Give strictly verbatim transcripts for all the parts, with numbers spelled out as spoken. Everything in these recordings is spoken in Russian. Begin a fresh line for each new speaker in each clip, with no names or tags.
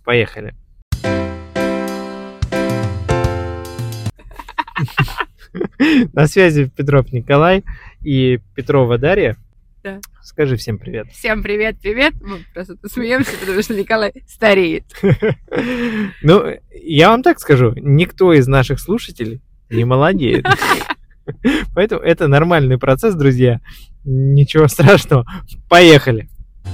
Поехали. На связи Петров Николай и Петрова Дарья.
Да.
Скажи всем привет.
Всем привет, привет. Мы просто смеемся, потому что Николай стареет.
Ну, я вам так скажу, никто из наших слушателей не молодеет. Поэтому это нормальный процесс, друзья. Ничего страшного. Поехали.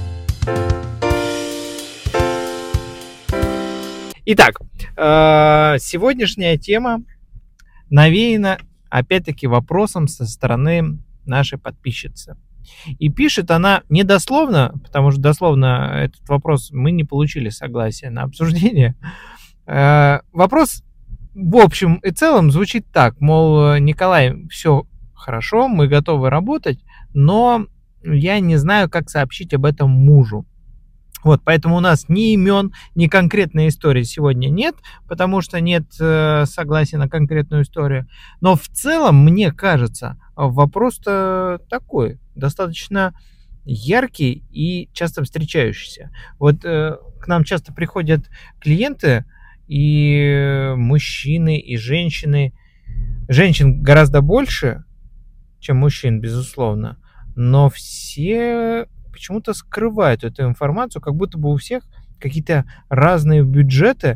Итак, сегодняшняя тема навеяна, опять-таки, вопросом со стороны нашей подписчицы. И пишет она не дословно, потому что дословно этот вопрос мы не получили согласия на обсуждение. Вопрос в общем и целом звучит так, мол, Николай, все хорошо, мы готовы работать, но я не знаю, как сообщить об этом мужу. Вот, поэтому у нас ни имен, ни конкретной истории сегодня нет, потому что нет э, согласия на конкретную историю. Но в целом, мне кажется, вопрос-то такой, достаточно яркий и часто встречающийся. Вот э, к нам часто приходят клиенты, и мужчины, и женщины. Женщин гораздо больше, чем мужчин, безусловно, но все почему-то скрывают эту информацию, как будто бы у всех какие-то разные бюджеты.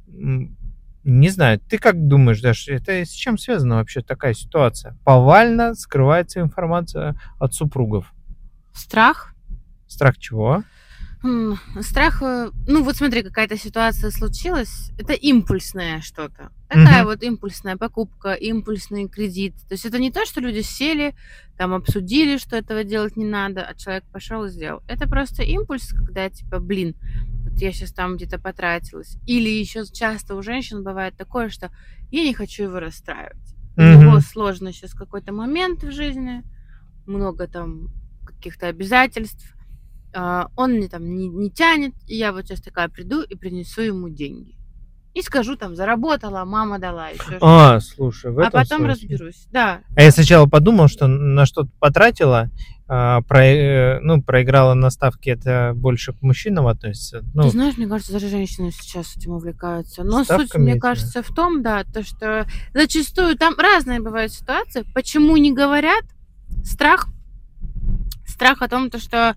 Не знаю, ты как думаешь, Даш, это с чем связана вообще такая ситуация? Повально скрывается информация от супругов.
Страх.
Страх чего?
Страх, ну вот смотри, какая-то ситуация случилась, это импульсное что-то. Такая угу. вот импульсная покупка, импульсный кредит. То есть это не то, что люди сели, там обсудили, что этого делать не надо, а человек пошел и сделал. Это просто импульс, когда типа, блин, вот я сейчас там где-то потратилась. Или еще часто у женщин бывает такое, что я не хочу его расстраивать. У
угу.
него сложно сейчас какой-то момент в жизни, много там каких-то обязательств. Uh, он мне там не, не тянет, и я вот сейчас такая приду и принесу ему деньги. И скажу, там, заработала, мама дала. Еще
а, что-то. Слушай, в этом
А потом
смысле?
разберусь, да.
А я сначала подумал, что на что-то потратила, а, про, ну, проиграла на ставке, это больше к мужчинам относится. Ну,
ты знаешь, мне кажется, даже женщины сейчас этим увлекаются. Но суть, мне
эти.
кажется, в том, да, то, что зачастую там разные бывают ситуации. Почему не говорят? Страх. Страх о том, то, что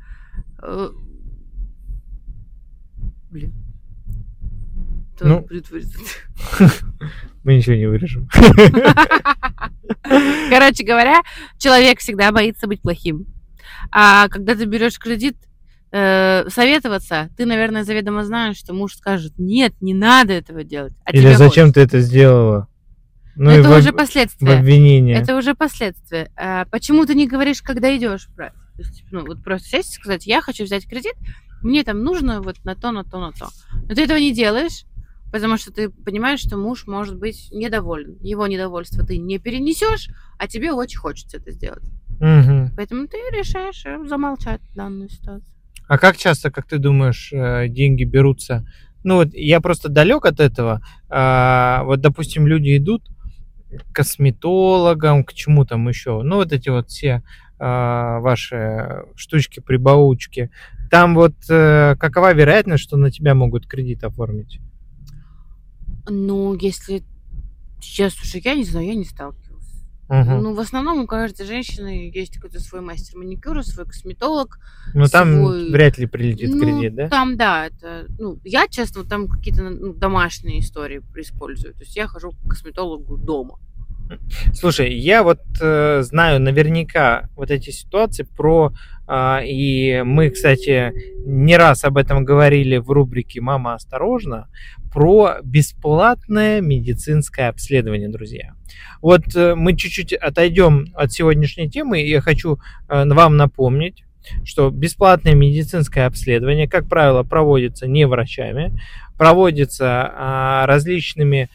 Блин.
Ну, мы ничего не вырежем.
Короче говоря, человек всегда боится быть плохим. А когда ты берешь кредит, э, советоваться, ты, наверное, заведомо знаешь, что муж скажет: нет, не надо этого делать. А
или зачем хочется. Ты это сделала?
Ну, это в, уже последствия.
В обвинение.
Это уже последствия. А почему ты не говоришь, когда идешь брать? То есть, ну, вот просто сесть и сказать: я хочу взять кредит, мне там нужно вот на то, на то, на то. Но ты этого не делаешь, потому что ты понимаешь, что муж может быть недоволен. Его недовольство ты не перенесешь, а тебе очень хочется это сделать.
Угу.
Поэтому ты решаешь замолчать данную ситуацию.
А как часто, как ты думаешь, деньги берутся? Ну вот я просто далек от этого. А, вот, допустим, люди идут к косметологам, к чему там еще. Ну вот эти вот все ваши штучки-прибаучки, там вот э, какова вероятность, что на тебя могут кредит оформить?
Ну, если сейчас уже я не знаю, я не сталкивалась.
Угу.
Ну, в основном у каждой женщины есть какой-то свой мастер маникюра, свой косметолог.
Ну, там
свой...
вряд ли прилетит
ну,
кредит, да?
Там, да, это, ну, я, честно, вот там какие-то ну, домашние истории использую. То есть я хожу к косметологу дома.
Слушай, я вот э, знаю наверняка вот эти ситуации про, э, и мы, кстати, не раз об этом говорили в рубрике «Мама, осторожно», про бесплатное медицинское обследование, друзья. Вот э, мы чуть-чуть отойдем от сегодняшней темы, и я хочу э, вам напомнить, что бесплатное медицинское обследование, как правило, проводится не врачами, проводится э, различными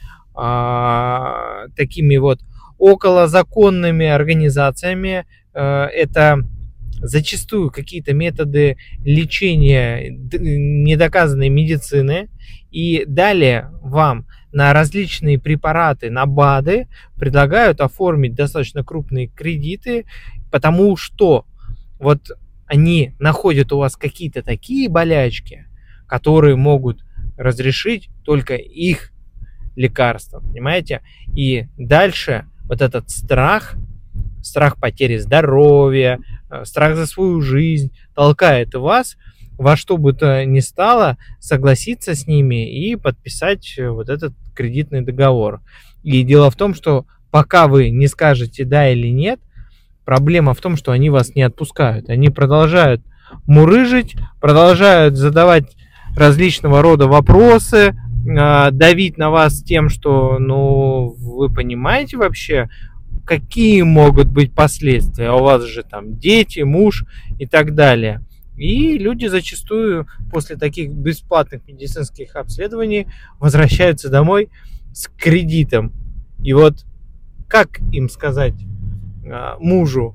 А, такими вот околозаконными организациями. Это зачастую какие-то методы лечения недоказанной медицины. И далее вам на различные препараты, на БАДы предлагают оформить достаточно крупные кредиты, потому что вот они находят у вас какие-то такие болячки, которые могут разрешить только их лекарства, понимаете? И дальше вот этот страх, страх потери здоровья, страх за свою жизнь толкает вас во что бы то ни стало согласиться с ними и подписать вот этот кредитный договор. И дело в том, что пока вы не скажете да или нет, проблема в том, что они вас не отпускают. Они продолжают мурыжить, продолжают задавать различного рода вопросы, давить на вас тем, что, ну, вы понимаете вообще, какие могут быть последствия. У вас же там дети, муж и так далее. И люди зачастую после таких бесплатных медицинских обследований возвращаются домой с кредитом. И вот как им сказать мужу,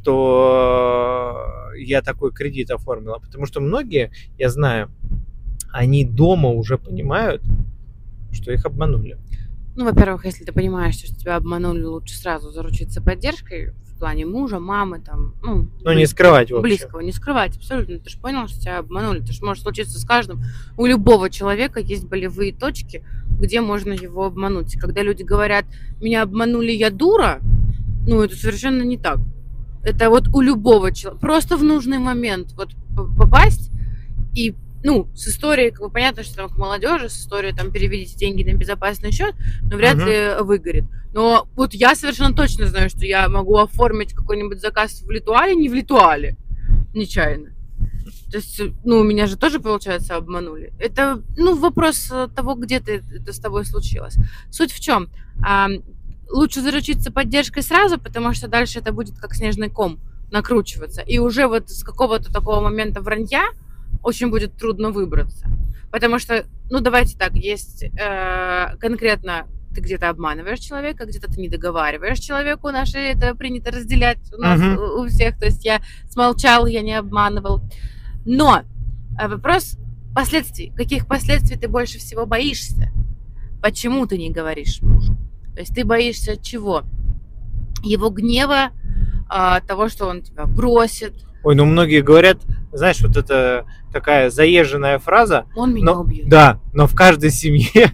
что я такой кредит оформила? Потому что многие, я знаю, они дома уже понимают, что их обманули.
Ну, во-первых, если ты понимаешь, что тебя обманули, лучше сразу заручиться поддержкой в плане мужа, мамы, там, ну,
ну не скрывать вообще.
Близкого, не скрывать, абсолютно. Ты же понял, что тебя обманули. Это же может случиться с каждым. У любого человека есть болевые точки, где можно его обмануть. И когда люди говорят, меня обманули, я дура, ну, это совершенно не так. Это вот у любого человека. Просто в нужный момент вот попасть и ну, с историей, как бы понятно, что там к молодежи, с историей там переведите деньги на безопасный счет, но вряд uh-huh. ли выгорит. Но вот я совершенно точно знаю, что я могу оформить какой-нибудь заказ в Литуале, не в Литуале, нечаянно. То есть, ну, меня же тоже, получается, обманули. Это, ну, вопрос того, где ты, это с тобой случилось. Суть в чем? А, лучше заручиться поддержкой сразу, потому что дальше это будет как снежный ком накручиваться. И уже вот с какого-то такого момента вранья очень будет трудно выбраться. Потому что, ну, давайте так, есть э, конкретно ты где-то обманываешь человека, где-то ты не договариваешь человеку, наши это принято разделять у нас, uh-huh. у, у всех. То есть я смолчал, я не обманывал. Но э, вопрос последствий. Каких последствий ты больше всего боишься? Почему ты не говоришь мужу? То есть ты боишься чего? Его гнева, э, того, что он тебя бросит.
Ой, ну многие говорят, знаешь, вот это такая заезженная фраза.
Он меня
но,
убьет.
Да, но в каждой семье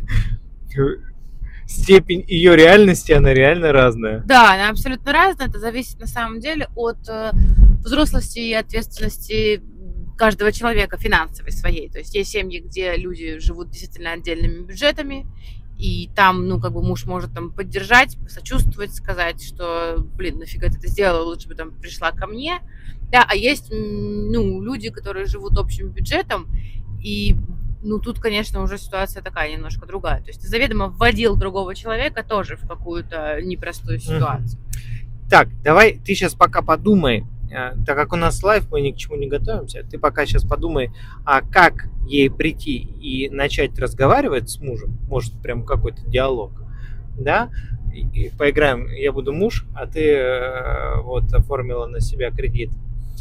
степень ее реальности, она реально разная.
Да, она абсолютно разная. Это зависит на самом деле от э, взрослости и ответственности каждого человека финансовой своей. То есть есть семьи, где люди живут действительно отдельными бюджетами, и там, ну, как бы муж может там поддержать, посочувствовать, сказать, что, блин, нафига ты это сделала, лучше бы там пришла ко мне. Да, а есть, ну, люди, которые живут общим бюджетом, и, ну, тут, конечно, уже ситуация такая немножко другая. То есть ты заведомо вводил другого человека тоже в какую-то непростую ситуацию.
Так, давай ты сейчас пока подумай, так как у нас лайв, мы ни к чему не готовимся, ты пока сейчас подумай, а как ей прийти и начать разговаривать с мужем, может, прям какой-то диалог, да, и, и поиграем, я буду муж, а ты э, вот оформила на себя кредит.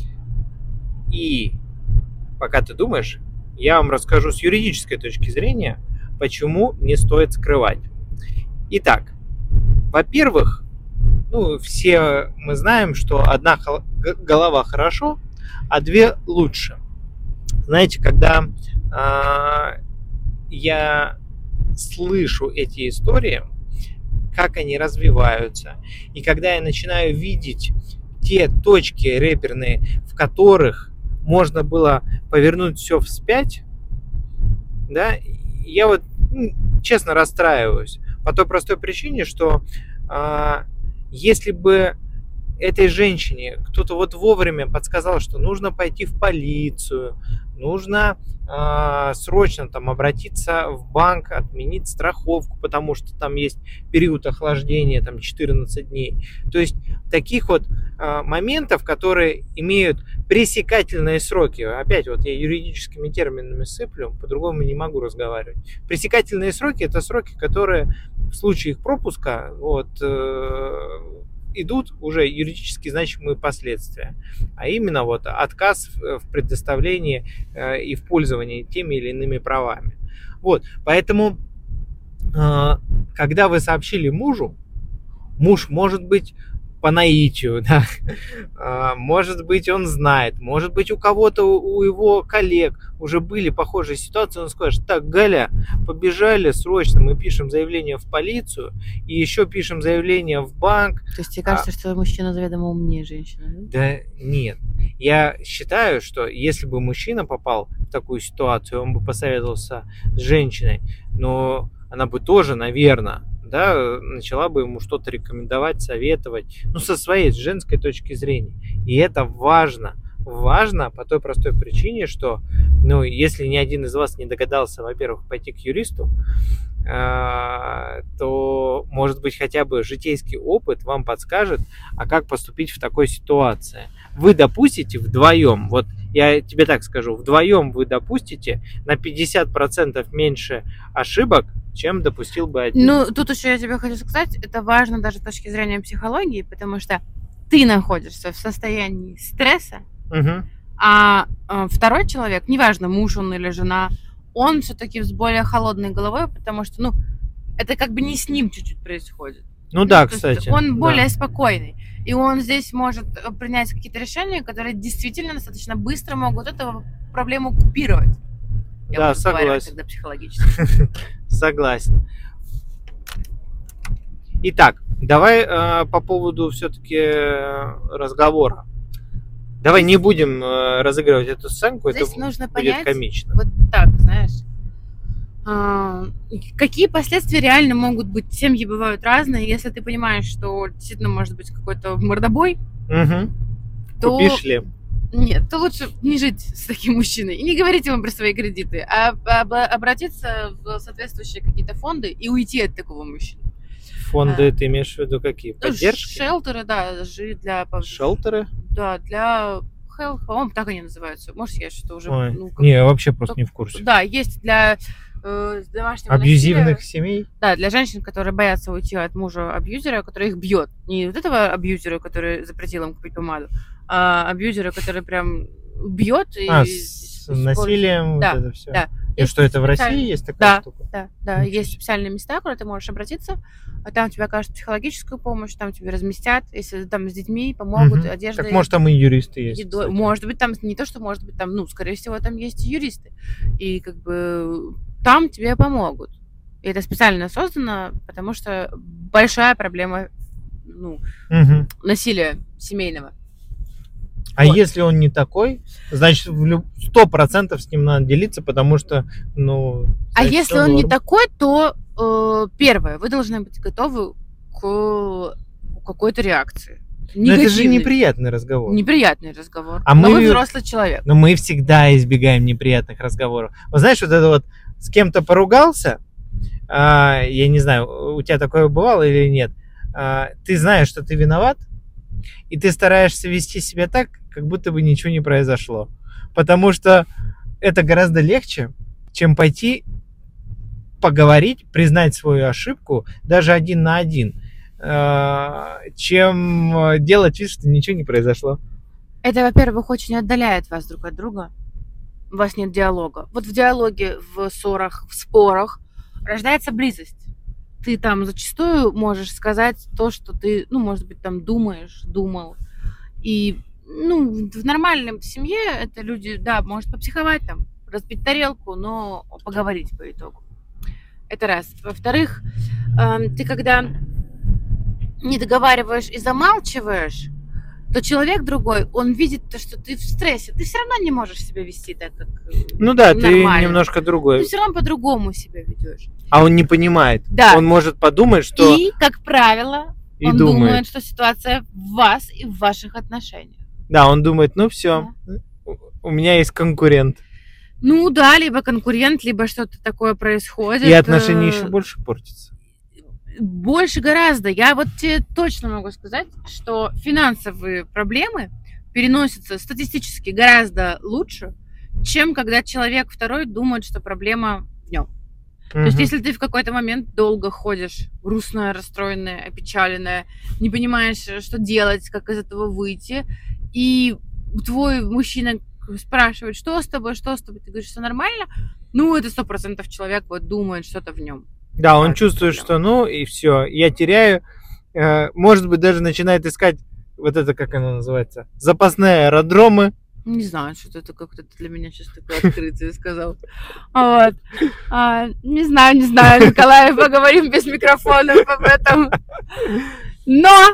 И пока ты думаешь, я вам расскажу с юридической точки зрения, почему не стоит скрывать. Итак, во-первых, ну, все мы знаем, что одна голова хорошо, а две лучше. Знаете, когда э, я слышу эти истории, как они развиваются, и когда я начинаю видеть те точки реперные, в которых можно было повернуть все вспять, да, я вот, ну, честно расстраиваюсь по той простой причине, что э, если бы этой женщине кто-то вот вовремя подсказал, что нужно пойти в полицию, нужно э, срочно там обратиться в банк, отменить страховку, потому что там есть период охлаждения, там четырнадцать дней. То есть таких вот э, моментов, которые имеют пресекательные сроки. Опять вот я юридическими терминами сыплю, по-другому не могу разговаривать. Пресекательные сроки — это сроки, которые в случае их пропуска вот, э, идут уже юридически значимые последствия, а именно вот отказ в предоставлении э, и в пользовании теми или иными правами. Вот, поэтому, э, когда вы сообщили мужу, муж, может быть, по наитию, да. А, может быть, он знает, может быть, у кого-то, у его коллег уже были похожие ситуации, он скажет: так, Галя, побежали срочно, мы пишем заявление в полицию, и еще пишем заявление в банк.
То есть тебе кажется, а... что мужчина заведомо умнее женщины? Да?
Да нет. Я считаю, что если бы мужчина попал в такую ситуацию, он бы посоветовался с женщиной, но она бы тоже, наверное, да, начала бы ему что-то рекомендовать, советовать, ну, со своей, с женской точки зрения. И это важно. Важно по той простой причине, что, ну, если ни один из вас не догадался, во-первых, пойти к юристу, э, то, может быть, хотя бы житейский опыт вам подскажет, а как поступить в такой ситуации. Вы допустите вдвоем, вот я тебе так скажу, вдвоем вы допустите на пятьдесят процентов меньше ошибок, чем допустил бы один.
Ну, тут еще я тебе хочу сказать, это важно даже с точки зрения психологии, потому что ты находишься в состоянии стресса,
угу.
а э, второй человек, неважно, муж он или жена, он все-таки с более холодной головой, потому что, ну, это как бы не с ним чуть-чуть происходит.
Ну да,
То
кстати.
Он
да.
более спокойный. И он здесь может принять какие-то решения, которые действительно достаточно быстро могут эту проблему купировать. Я
да, согласен.
Тогда психологически.
Согласен. Итак, давай э, по поводу все-таки разговора. Давай не будем э, разыгрывать эту сценку,
здесь
это
нужно
будет
понять,
комично.
Вот так, знаешь. Какие последствия реально могут быть? Семьи бывают разные. Если ты понимаешь, что действительно может быть какой-то мордобой,
угу.
то...
Купишь ли?
Нет, то лучше не жить с таким мужчиной и не говорить ему про свои кредиты, а обратиться в соответствующие какие-то фонды и уйти от такого мужчины.
Фонды а, ты имеешь в виду какие? Поддержки?
Шелтеры, да, жить для...
Шелтеры?
Да, для... По-моему, так они называются. Может, я что-то уже...
Ой,
ну, как...
Не, я вообще просто не в курсе.
Да, есть для э, домашнего
абьюзивных
насилия.
Семей?
Да, для женщин, которые боятся уйти от мужа-абьюзера, который их бьет. Не вот этого абьюзера, который запретил им купить помаду, а абьюзера, который прям бьет.
А,
и
с насилием
да,
вот это все.
Да.
И есть что, это в России есть такая
да,
штука?
Да, да, Ничего. Есть специальные места, куда ты можешь обратиться, а там тебе окажут психологическую помощь, там тебе разместят, если там с детьми помогут, угу. одеждой.
Так может там и юристы есть?
Едой. Может быть там, не то, что может быть там, ну, скорее всего, там есть юристы. И как бы там тебе помогут. И это специально создано, потому что большая проблема, ну, угу. насилия семейного.
А вот. Если он не такой, значит, сто процентов с ним надо делиться, потому что, ну...
А если он норм. не такой, то, э, первое, вы должны быть готовы к какой-то реакции.
Но это же неприятный разговор.
Неприятный разговор.
А
но
мы...
вы взрослый человек.
Но мы всегда избегаем неприятных разговоров. Вот знаешь, вот это вот с кем-то поругался, а, я не знаю, у тебя такое бывало или нет, а, ты знаешь, что ты виноват, и ты стараешься вести себя так, как будто бы ничего не произошло. Потому что это гораздо легче, чем пойти поговорить, признать свою ошибку даже один на один, чем делать вид, что ничего не произошло.
Это, во-первых, очень отдаляет вас друг от друга. У вас нет диалога. Вот в диалоге, в ссорах, в спорах рождается близость. Ты там зачастую можешь сказать то, что ты, ну, может быть, там думаешь, думал. И, ну, в нормальной семье это люди, да, может попсиховать там, разбить тарелку, но поговорить по итогу. Это раз. Во-вторых, э, ты когда не договариваешь и замалчиваешь, то человек другой, он видит то, что ты в стрессе. Ты все равно не можешь себя вести так, как
ну да,
нормально.
Ты немножко другой.
Ты все равно по-другому себя ведешь.
А он не понимает.
Да.
Он может подумать, что...
И, как правило,
и
он
думает.
думает, что ситуация в вас и в ваших отношениях.
Да, он думает, ну все, да. У меня есть конкурент.
Ну да, либо конкурент, либо что-то такое происходит.
И отношения еще больше портятся.
Больше гораздо. Я вот тебе точно могу сказать, что финансовые проблемы переносятся статистически гораздо лучше, чем когда человек второй думает, что проблема в нем. Uh-huh. То есть, если ты в какой-то момент долго ходишь, грустная, расстроенная, опечаленная, не понимаешь, что делать, как из этого выйти, и твой мужчина спрашивает, что с тобой, что с тобой, ты говоришь, все нормально, ну, это сто процентов человек вот думает что-то в нем.
Да, он чувствует, что ну и все, я теряю э, может быть, даже начинает искать вот это, как оно называется, запасные аэродромы.
Не знаю, что это как-то для меня сейчас такое открытие сказал. Вот. А, не знаю, не знаю, Николай, поговорим без микрофона об этом. Но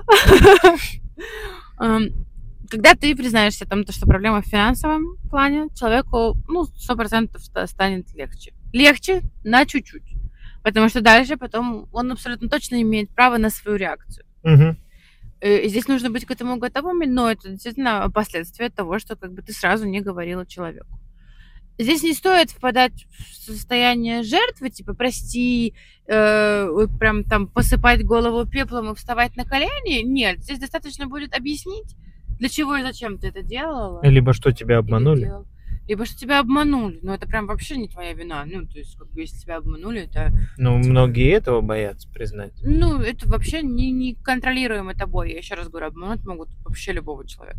когда ты признаешься там, что проблема в финансовом плане, человеку, ну, сто процентов станет легче. Легче на чуть-чуть. Потому что дальше потом он абсолютно точно имеет право на свою реакцию.
Угу.
И здесь нужно быть к этому готовыми, но это действительно последствия того, что как бы ты сразу не говорила человеку. Здесь не стоит впадать в состояние жертвы, типа прости, э, вот прям там посыпать голову пеплом и вставать на колени. Нет, здесь достаточно будет объяснить, для чего и зачем ты это делала.
Либо что тебя обманули.
Либо что тебя обманули. Но это прям вообще не твоя вина. Ну, то есть, как бы, если тебя обманули, это...
Ну, типа... многие этого боятся признать.
Ну, это вообще не, не контролируемо тобой. Я еще раз говорю, обмануть могут вообще любого человека.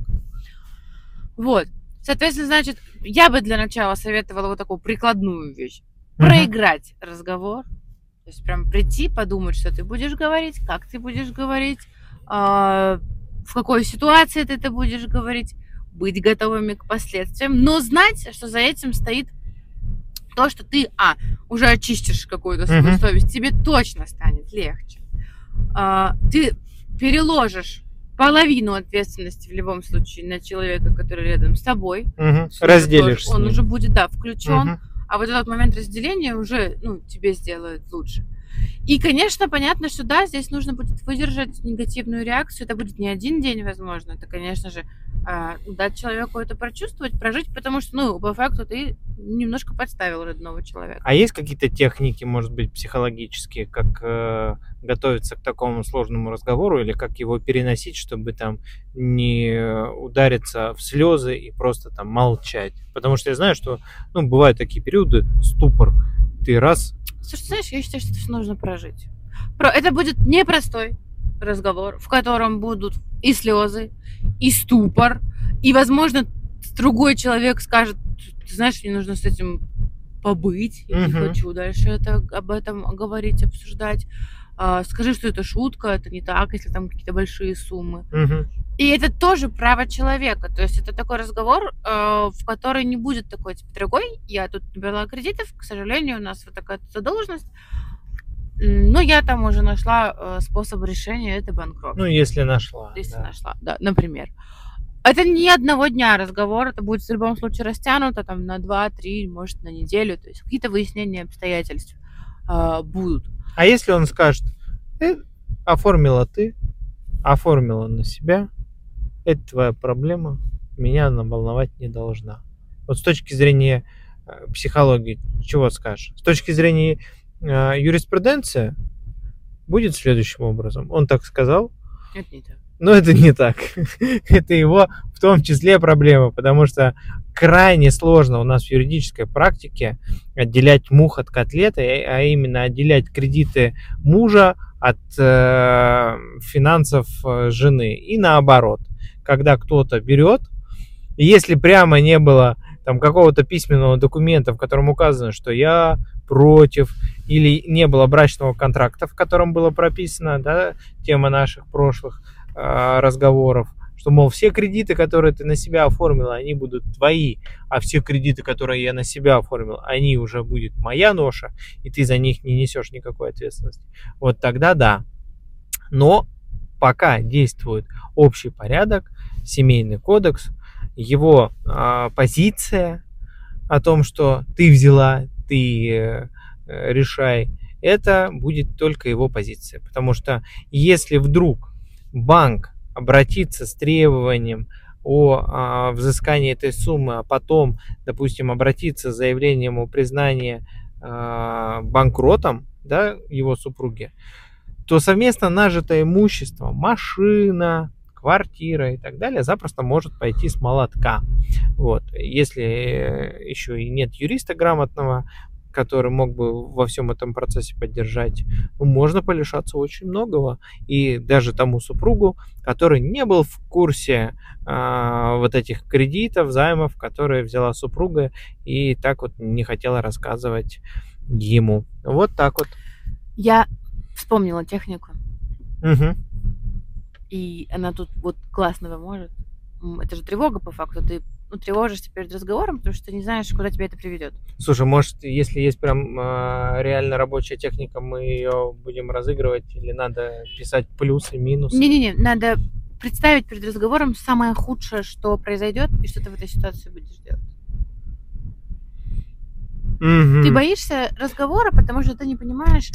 Вот. Соответственно, значит, я бы для начала советовала вот такую прикладную вещь. Uh-huh. Проиграть разговор. То есть прям прийти, подумать, что ты будешь говорить, как ты будешь говорить, э, в какой ситуации ты это будешь говорить. Быть готовыми к последствиям, но знать, что за этим стоит то, что ты, а, уже очистишь какую-то свою uh-huh. совесть, тебе точно станет легче. А, ты переложишь половину ответственности в любом случае на человека, который рядом с тобой.
Uh-huh. Разделишь.
Он уже будет, да, включен,
uh-huh.
а вот этот момент разделения уже, ну, тебе сделает лучше. И, конечно, понятно, что да, здесь нужно будет выдержать негативную реакцию. Это будет не один день, возможно. Это, конечно же, дать человеку это прочувствовать, прожить, потому что, ну, по факту ты немножко подставил родного человека.
А есть какие-то техники, может быть, психологические, как э, готовиться к такому сложному разговору или как его переносить, чтобы там не удариться в слезы и просто там молчать? Потому что я знаю, что, ну, бывают такие периоды, ступор, ты раз...
Слушай, знаешь, я считаю, что это все нужно прожить. Это будет непростой разговор, в котором будут и слезы, и ступор, и, возможно, другой человек скажет, ты знаешь, мне нужно с этим побыть, я uh-huh. не хочу дальше это, об этом говорить, обсуждать. А, скажи, что это шутка, это не так, если там какие-то большие суммы.
Uh-huh.
И это тоже право человека. То есть это такой разговор, э, в который не будет такой, типа, дорогой, я тут набрала кредитов, к сожалению, у нас вот такая задолженность, но я там уже нашла э, способ решения, это банкротство.
Ну, если нашла.
Если
да.
нашла, да, например. Это не одного дня разговор, это будет в любом случае растянуто там на два-три, может, на неделю, то есть какие-то выяснения обстоятельств э, будут.
А если он скажет, э, оформила ты, оформила на себя, это твоя проблема, меня она волновать не должна. Вот с точки зрения э, психологии, чего скажешь? С точки зрения э, юриспруденции будет следующим образом. Он так сказал.
Это не так.
Но это не так. Это его в том числе проблема, потому что крайне сложно у нас в юридической практике отделять мух от котлеты, а именно отделять кредиты мужа от э, финансов жены и наоборот. Когда кто-то берет, если прямо не было там какого-то письменного документа, в котором указано, что я против, или не было брачного контракта, в котором было прописано, да, тема наших прошлых э, разговоров, что, мол, все кредиты, которые ты на себя оформила, они будут твои, а все кредиты, которые я на себя оформил, они уже будет моя ноша, и ты за них не несешь никакой ответственности. Вот тогда да. Но пока действует общий порядок, семейный кодекс, его э, позиция о том, что ты взяла, ты э, решай, это будет только его позиция. Потому что если вдруг банк обратится с требованием о, о взыскании этой суммы, а потом, допустим, обратиться с заявлением о признании э, банкротом, да, его супруги, то совместно нажитое имущество, машина, квартира и так далее запросто может пойти с молотка. Вот. Если еще и нет юриста грамотного, который мог бы во всем этом процессе поддержать, ну, можно полишаться очень многого. И даже тому супругу, который не был в курсе а, вот этих кредитов, займов, которые взяла супруга, и так вот не хотела рассказывать ему. Вот так вот.
Я вспомнила технику.
Угу.
и она тут вот классно поможет. М, Это же тревога по факту. Ты ну, тревожишься перед разговором, потому что ты не знаешь, куда тебя это приведет.
Слушай, может, если есть прям а, реально рабочая техника, мы ее будем разыгрывать или надо писать плюсы, минусы?
Не-не-не, надо представить перед разговором самое худшее, что произойдет, и что ты в этой ситуации будешь делать.
Мгм.
Ты боишься разговора, потому что ты не понимаешь,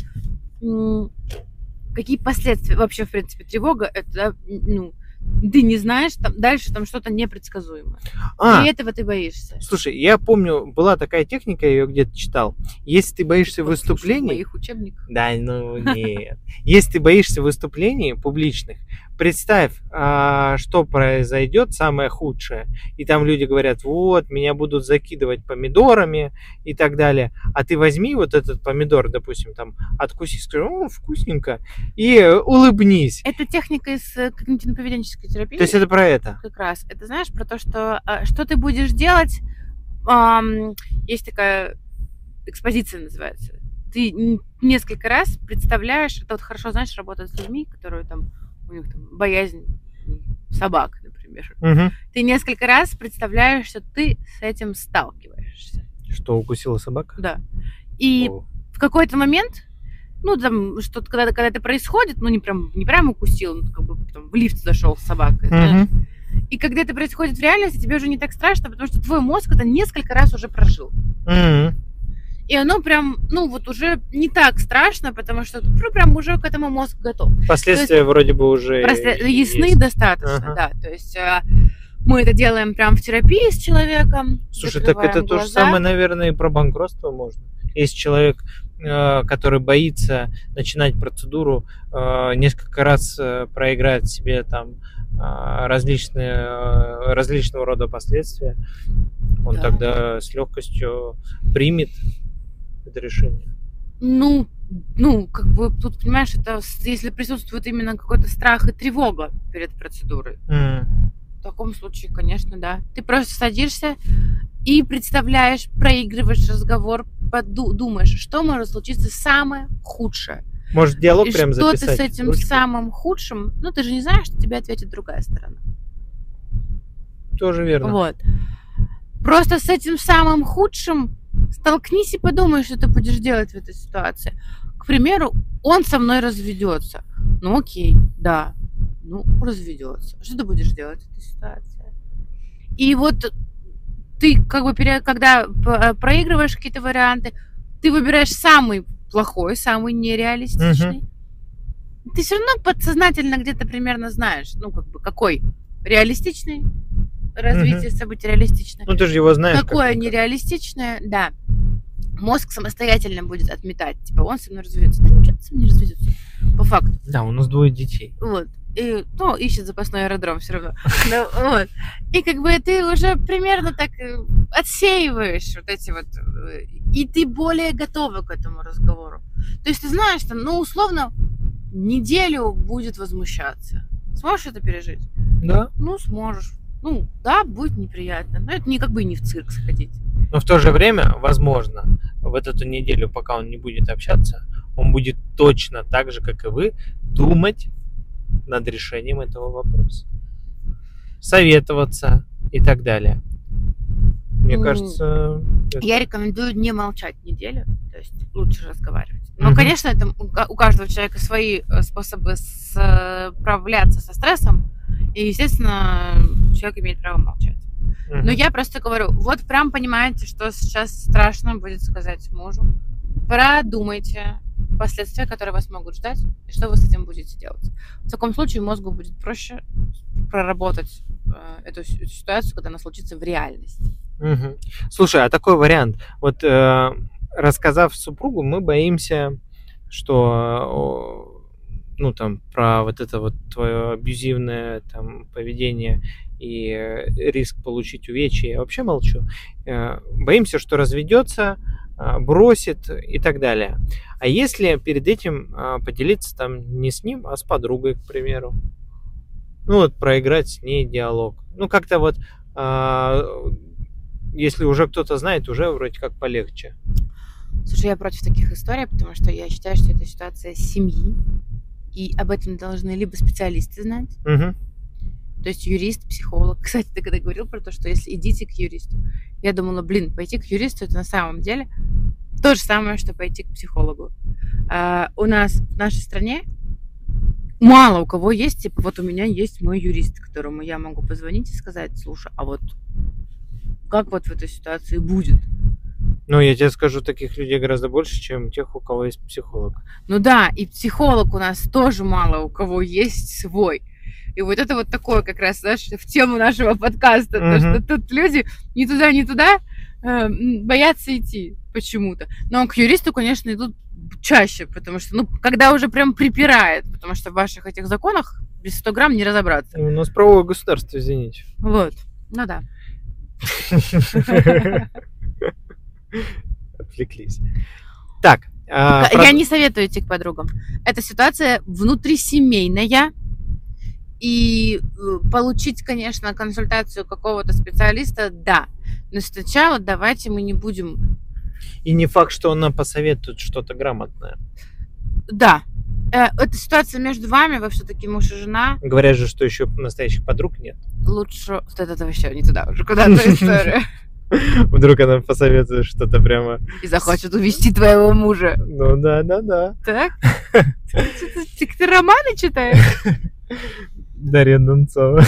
м, какие последствия. Вообще, в принципе, тревога — это, ну, ты не знаешь, там дальше там что-то непредсказуемое.
А,
И этого ты боишься.
слушай, я помню, была такая техника, я ее где-то читал. Если ты боишься
Вот, слушай, в
выступлений...
моих учебниках.
Да, ну нет. Если ты боишься выступлений публичных, представь, а, что произойдет самое худшее. И там люди говорят, вот, меня будут закидывать помидорами и так далее. А ты возьми вот этот помидор, допустим, там, откуси, скажи, о, вкусненько, и э, улыбнись.
Это техника из э, когнитивно-поведенческой терапии.
То есть это про это.
Как раз. Это знаешь про то, что а, что ты будешь делать. ам, есть такая экспозиция, называется. Ты н- несколько раз представляешь, это вот хорошо, знаешь, работать с людьми, которые там, у них там боязнь м, собак, например.
Мгм.
Ты несколько раз представляешь, что ты с этим сталкиваешься.
Что, укусила собака?
Да. И
О.
в какой-то момент, ну, там, что-то, когда, когда это происходит, ну, не прям, не прям укусил, ну, как бы там, в лифт зашел с собакой, знаешь.
Мгм.
И когда это происходит в реальности, тебе уже не так страшно, потому что твой мозг это несколько раз уже прожил.
Мгм.
И оно прям, ну, вот уже не так страшно, потому что ну, прям уже к этому мозг готов.
Последствия вроде бы уже
Просто ясны
есть.
достаточно,
Ага.
да. То есть э, мы это делаем прям в терапии с человеком.
Слушай, так это
закрываем
то же
глаза.
самое, наверное, и про банкротство можно. Есть человек, э, который боится начинать процедуру, э, несколько раз э, проиграет себе там э, различные, э, различного рода последствия, он
Да.
тогда с легкостью примет это решение.
Ну, ну, как бы тут, понимаешь, это с- если присутствует именно какой-то страх и тревога перед процедурой.
М.
В таком случае, конечно, да. Ты просто садишься и представляешь, проигрываешь разговор, поду- думаешь, что может случиться самое худшее.
Может, диалог
И
прям
что
записать?
ты с этим
ручкой?
самым худшим, ну, ты же не знаешь, что тебе ответит другая сторона.
Тоже верно.
Вот. Просто с этим самым худшим столкнись и подумай, что ты будешь делать в этой ситуации. К примеру, он со мной разведется. Ну окей, да. Ну, разведется. Что ты будешь делать в этой ситуации? И вот ты, как бы, пере- когда п- проигрываешь какие-то варианты, ты выбираешь самый плохой, самый нереалистичный. Ты все равно подсознательно где-то примерно знаешь, ну, как бы, какой реалистичный, развитие событий реалистичное.
Ну, ты же его знаешь.
Какое
как-никак.
нереалистичное, да. Мозг самостоятельно будет отметать. Типа, он со мной разведется. Да ничего со мной не разведется. По факту.
Да, у нас двое детей.
Вот. И, ну, ищет запасной аэродром все равно. Ну, вот. И как бы ты уже примерно так э, отсеиваешь вот эти вот... э, И ты более готова к этому разговору. То есть ты знаешь, там, ну, условно, неделю будет возмущаться. Сможешь это пережить?
Да.
Ну, сможешь. Ну, да, будет неприятно. Но это не как бы не в цирк сходить.
Но в то же время, возможно, в эту неделю, пока он не будет общаться, он будет точно так же, как и вы, думать над решением этого вопроса. Советоваться и так далее. Мне
М,
кажется... это-
Я рекомендую не молчать неделю, то есть лучше разговаривать. Но,
Мгм.
конечно, это у ка- у каждого человека свои э, способы справляться со стрессом, и, естественно, человек имеет право молчать.
Мгм.
Но я просто говорю, вот прям понимаете, что сейчас страшно будет сказать мужу. Продумайте последствия, которые вас могут ждать, и что вы с этим будете делать. В таком случае мозгу будет проще проработать э, эту си- ситуацию, когда она случится в реальности.
Мгм. Слушай, а такой вариант. Вот э, рассказав супругу, мы боимся, что о, ну там про вот это вот твое абьюзивное там поведение и э, риск получить увечья, я вообще молчу. Э, боимся, что разведется, э, бросит и так далее. А если перед этим э, поделиться там не с ним, а с подругой, к примеру, ну вот проиграть с ней диалог, ну как-то вот а, если уже кто-то знает, уже вроде как полегче.
Слушай, я против таких историй, потому что я считаю, что это ситуация семьи. И об этом должны либо специалисты знать,
Мгм.
то есть юрист, психолог. Кстати, ты когда говорил про то, что если идите к юристу, я думала, блин, пойти к юристу это на самом деле то же самое, что пойти к психологу. А, у нас в нашей стране мало у кого есть, типа, вот у меня есть мой юрист, которому я могу позвонить и сказать, слушай, а вот как вот в этой ситуации будет?
Ну, я тебе скажу, таких людей гораздо больше, чем тех, у кого есть психолог.
Ну да, и психолог у нас тоже мало у кого есть свой. И вот это вот такое как раз, знаешь, в тему нашего подкаста, то, что
Мгм.
тут люди ни туда, ни туда э, м, боятся идти почему-то. Но к юристу, конечно, идут чаще, потому что, ну, когда уже прям припирает, потому что в ваших этих законах без сто грамм не разобраться.
У нас правовое государство, извините.
Вот, ну да.
Отвлеклись. Так, а,
Я
про-
не советую идти к подругам. Эта ситуация внутрисемейная. И э, получить, конечно, консультацию какого-то специалиста, да. Но сначала давайте мы не будем...
и не факт, что она посоветует что-то грамотное.
Да. Э, Это ситуация между вами, вы все-таки муж и жена.
Говорят же, что еще настоящих подруг нет.
Лучше... Вот это вообще не туда уже, куда-то история.
Вдруг она посоветует что-то прямо...
И захочет увести твоего мужа.
Ну да, да, да.
Так? Ты ты романы читаешь?
Дарья Донцова.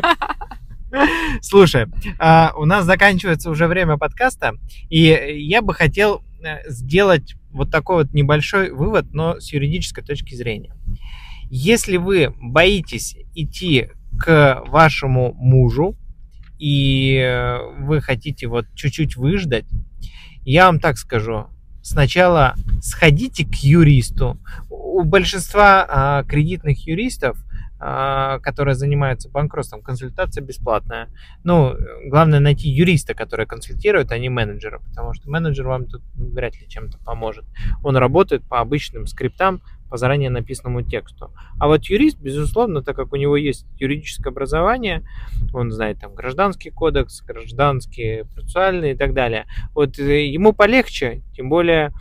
Слушай, а, у нас заканчивается уже время подкаста, и я бы хотел э, сделать вот такой вот небольшой вывод, но с юридической точки зрения. Если вы боитесь идти к вашему мужу, и э, вы хотите вот чуть-чуть выждать, я вам так скажу. Сначала сходите к юристу. У большинства а, кредитных юристов, а, которые занимаются банкротством, консультация бесплатная. Ну, главное найти юриста, который консультирует, а не менеджера, потому что менеджер вам тут вряд ли чем-то поможет. Он работает по обычным скриптам, по заранее написанному тексту. А вот юрист, безусловно, так как у него есть юридическое образование, он знает там гражданский кодекс, гражданские, процессуальные и так далее. Вот э, ему полегче, тем более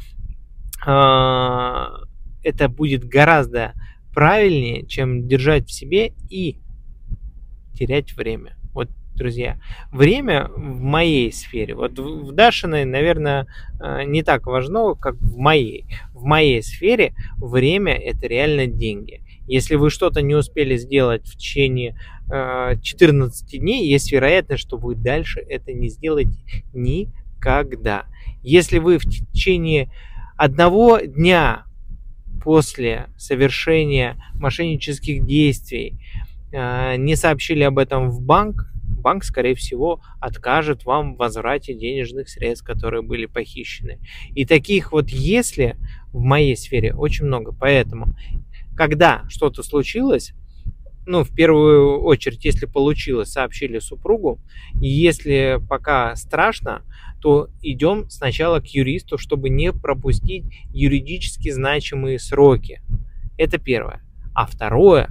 э, это будет гораздо правильнее, чем держать в себе и терять время. Вот, друзья, время в моей сфере, вот в в Дашиной, наверное, э, не так важно, как в моей. В моей сфере время – это реально деньги. Если вы что-то не успели сделать в течение э, четырнадцати дней, есть вероятность, что вы дальше это не сделаете никогда. Если вы в течение одного дня после совершения мошеннических действий э, не сообщили об этом в банк, банк, скорее всего, откажет вам в возврате денежных средств, которые были похищены. И таких вот «если» в моей сфере очень много. Поэтому, когда что-то случилось, ну, в первую очередь, если получилось, сообщили супругу. И если пока страшно, то идем сначала к юристу, чтобы не пропустить юридически значимые сроки. Это первое. А второе,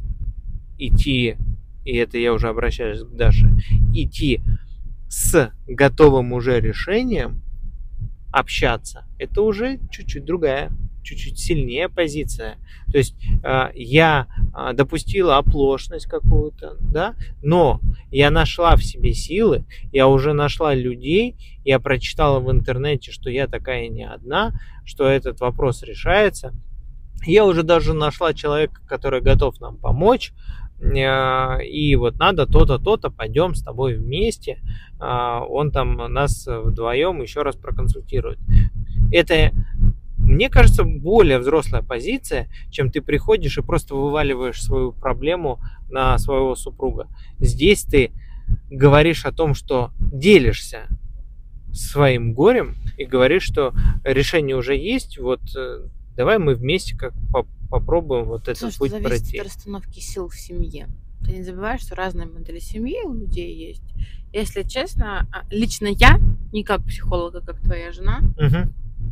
идти, и это я уже обращаюсь к Даше, идти с готовым уже решением, общаться, это уже чуть-чуть другая, чуть-чуть сильнее позиция. То есть э, я э, допустила оплошность какую-то, да, но я нашла в себе силы, я уже нашла людей, я прочитала в интернете, что я такая не одна, что этот вопрос решается. Я уже даже нашла человека, который готов нам помочь, э, и вот надо то-то, то-то, пойдем с тобой вместе, э, он там нас вдвоем еще раз проконсультирует. Это, мне кажется, более взрослая позиция, чем ты приходишь и просто вываливаешь свою проблему на своего супруга. Здесь ты говоришь о том, что делишься своим горем и говоришь, что решение уже есть, вот давай мы вместе как попробуем вот этот
Слушай,
путь
зависит
пройти.
от расстановки сил в семье. Ты не забываешь, что разные модели семьи у людей есть. Если честно, лично я, не как психолога, как твоя жена,
Угу.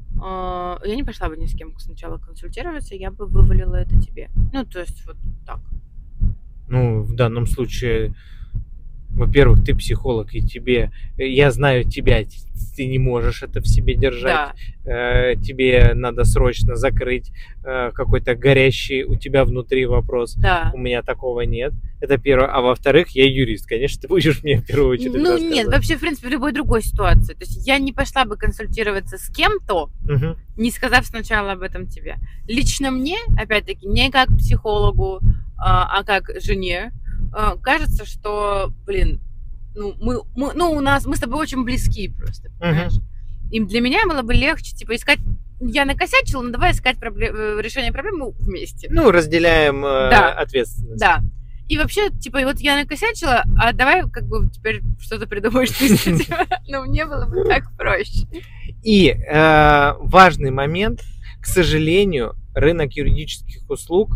я не пошла бы ни с кем сначала консультироваться, я бы вывалила это тебе. Ну, то есть вот так.
Ну, в данном случае во-первых, ты психолог, и тебе, я знаю тебя, ты не можешь это в себе держать. Да. Тебе надо срочно закрыть какой-то горящий у тебя внутри вопрос. Да. У меня такого нет. Это первое. А во-вторых, я юрист. Конечно, ты будешь мне в первую очередь
Ну нет, вообще, в принципе, в любой другой ситуации. То есть я не пошла бы консультироваться с кем-то, угу. не сказав сначала об этом тебе. Лично мне, опять-таки, не как психологу, а как жене, кажется, что, блин, ну, мы, мы, ну, у нас, мы с тобой очень близки просто, понимаешь? Uh-huh. И для меня было бы легче, типа, искать, я накосячила, ну, давай искать проблем, решение проблемы вместе.
Ну, разделяем да. ответственность.
Да. И вообще, типа, вот я накосячила, а давай, как бы, теперь что-то придумаешь ты, ну, мне было бы так проще.
И э, важный момент, к сожалению, рынок юридических услуг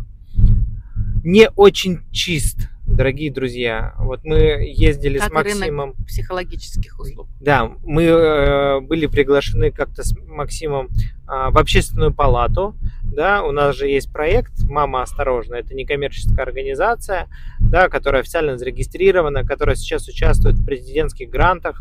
не очень чист. Дорогие друзья, вот мы ездили как с Максимом.
Рынок психологических услуг.
Да, мы э, были приглашены как-то с Максимом э, в общественную палату. Да, у нас же есть проект «Мама, осторожно». Это некоммерческая организация, да, которая официально зарегистрирована, которая сейчас участвует в президентских грантах.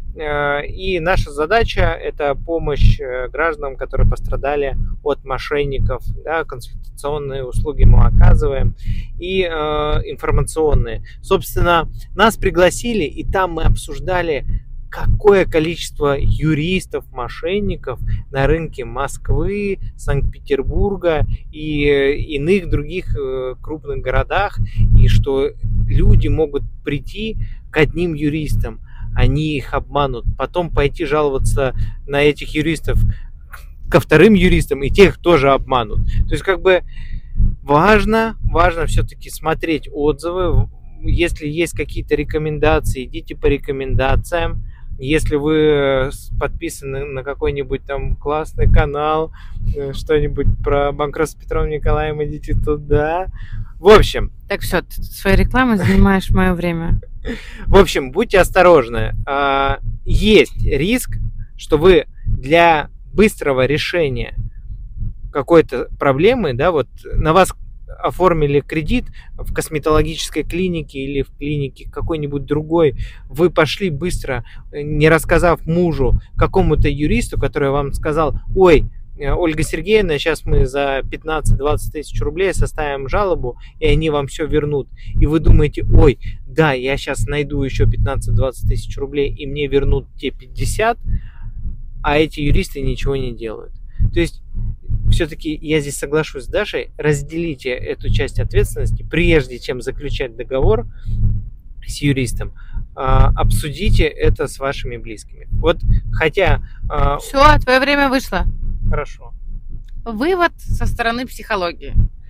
И наша задача – это помощь гражданам, которые пострадали от мошенников, да, консультационные услуги мы оказываем, и э, информационные. Собственно, нас пригласили, и там мы обсуждали, какое количество юристов, мошенников на рынке Москвы, Санкт-Петербурга и иных других крупных городах, и что люди могут прийти к одним юристам, они их обманут, потом пойти жаловаться на этих юристов ко вторым юристам, и тех тоже обманут. То есть, как бы, важно, важно все-таки смотреть отзывы. Если есть какие-то рекомендации, идите по рекомендациям. Если вы подписаны на какой-нибудь там классный канал, что-нибудь про банкротство Петрова Николаева, идите туда. В общем...
Так, все, ты своей рекламой занимаешь мое время.
В общем, будьте осторожны. Есть риск, что вы для быстрого решения какой-то проблемы, да, вот на вас оформили кредит в косметологической клинике или в клинике какой-нибудь другой, вы пошли быстро, не рассказав мужу, какому-то юристу, который вам сказал: ой, Ольга Сергеевна, сейчас мы за пятнадцать-двадцать тысяч рублей составим жалобу, и они вам все вернут. И вы думаете: ой, да, я сейчас найду еще пятнадцать-двадцать тысяч рублей, и мне вернут те пятьдесят, а эти юристы ничего не делают. То есть, все-таки я здесь соглашусь с Дашей, разделите эту часть ответственности, прежде чем заключать договор с юристом, обсудите это с вашими близкими. Вот, хотя...
Все, твое время вышло.
Хорошо.
Вывод со стороны психологии.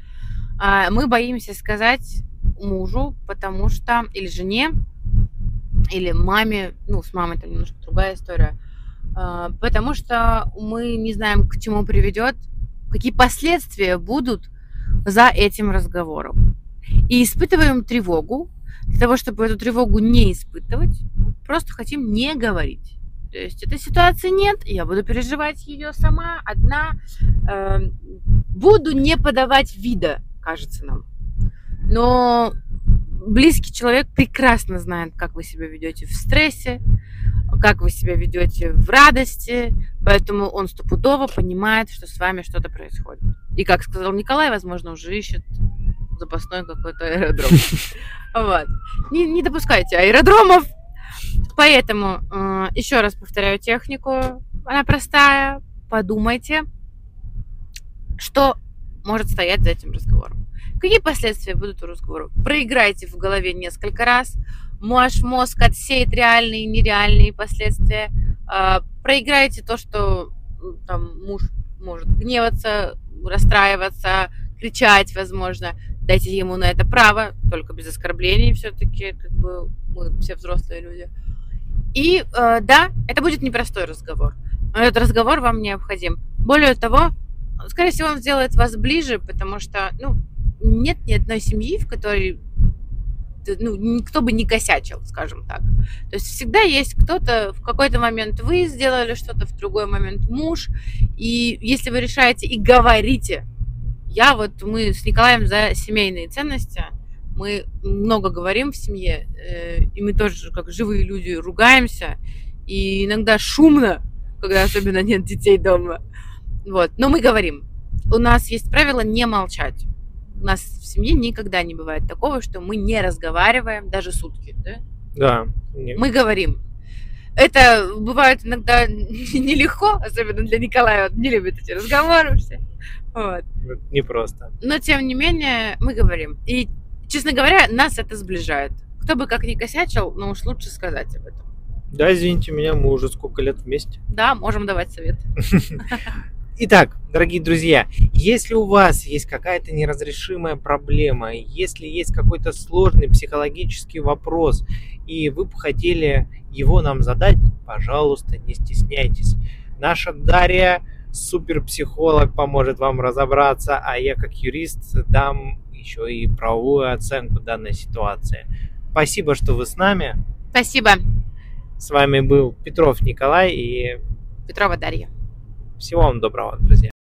Мы боимся сказать мужу, потому что, или жене, или маме, ну, с мамой там немножко другая история, потому что мы не знаем, к чему приведет, какие последствия будут за этим разговором. И испытываем тревогу. Для того, чтобы эту тревогу не испытывать, просто хотим не говорить. То есть этой ситуации нет, я буду переживать ее сама, одна. Э, буду не подавать вида, кажется нам. Но близкий человек прекрасно знает, как вы себя ведете в стрессе, как вы себя ведете в радости, поэтому он стопудово понимает, что с вами что-то происходит. И, как сказал Николай, возможно, уже ищет запасной какой-то аэродром. Вот. Не, не допускайте аэродромов. Поэтому э, еще раз повторяю технику. Она простая. Подумайте, что может стоять за этим разговором. Какие последствия будут у разговора? Проиграйте в голове несколько раз. Ваш мозг отсеет реальные и нереальные последствия. Э, проиграйте то, что там, муж может гневаться, расстраиваться, кричать, возможно. Дайте ему на это право, только без оскорблений все-таки, как бы мы все взрослые люди. И э, да, это будет непростой разговор. Но этот разговор вам необходим. Более того, скорее всего, он сделает вас ближе, потому что, ну, нет ни одной семьи, в которой, ну, никто бы не косячил, скажем так. То есть всегда есть кто-то, в какой-то момент вы сделали что-то, в другой момент муж. И если вы решаете и говорите: я вот, мы с Николаем за семейные ценности, Мы много говорим в семье, э, и мы тоже, как живые люди, ругаемся. И иногда шумно, когда особенно нет детей дома. Вот. Но мы говорим. У нас есть правило не молчать. У нас в семье никогда не бывает такого, что мы не разговариваем даже сутки. Да?
Да.
Мы говорим. Это бывает иногда нелегко, особенно для Николая, он не любит эти разговоры все. Вот.
Непросто.
Но, тем не менее, мы говорим. И, честно говоря, нас это сближает. Кто бы как ни косячил, но уж лучше сказать об этом.
Да, извините меня, мы уже сколько лет вместе.
Да, можем давать совет.
Итак, дорогие друзья, если у вас есть какая-то неразрешимая проблема, если есть какой-то сложный психологический вопрос, и вы бы хотели его нам задать, пожалуйста, не стесняйтесь. Наша Дарья, суперпсихолог, поможет вам разобраться, а я как юрист дам еще и правовую оценку данной ситуации. Спасибо, что вы с нами.
Спасибо.
С вами был Петров Николай и
Петрова Дарья.
Всего вам доброго, друзья.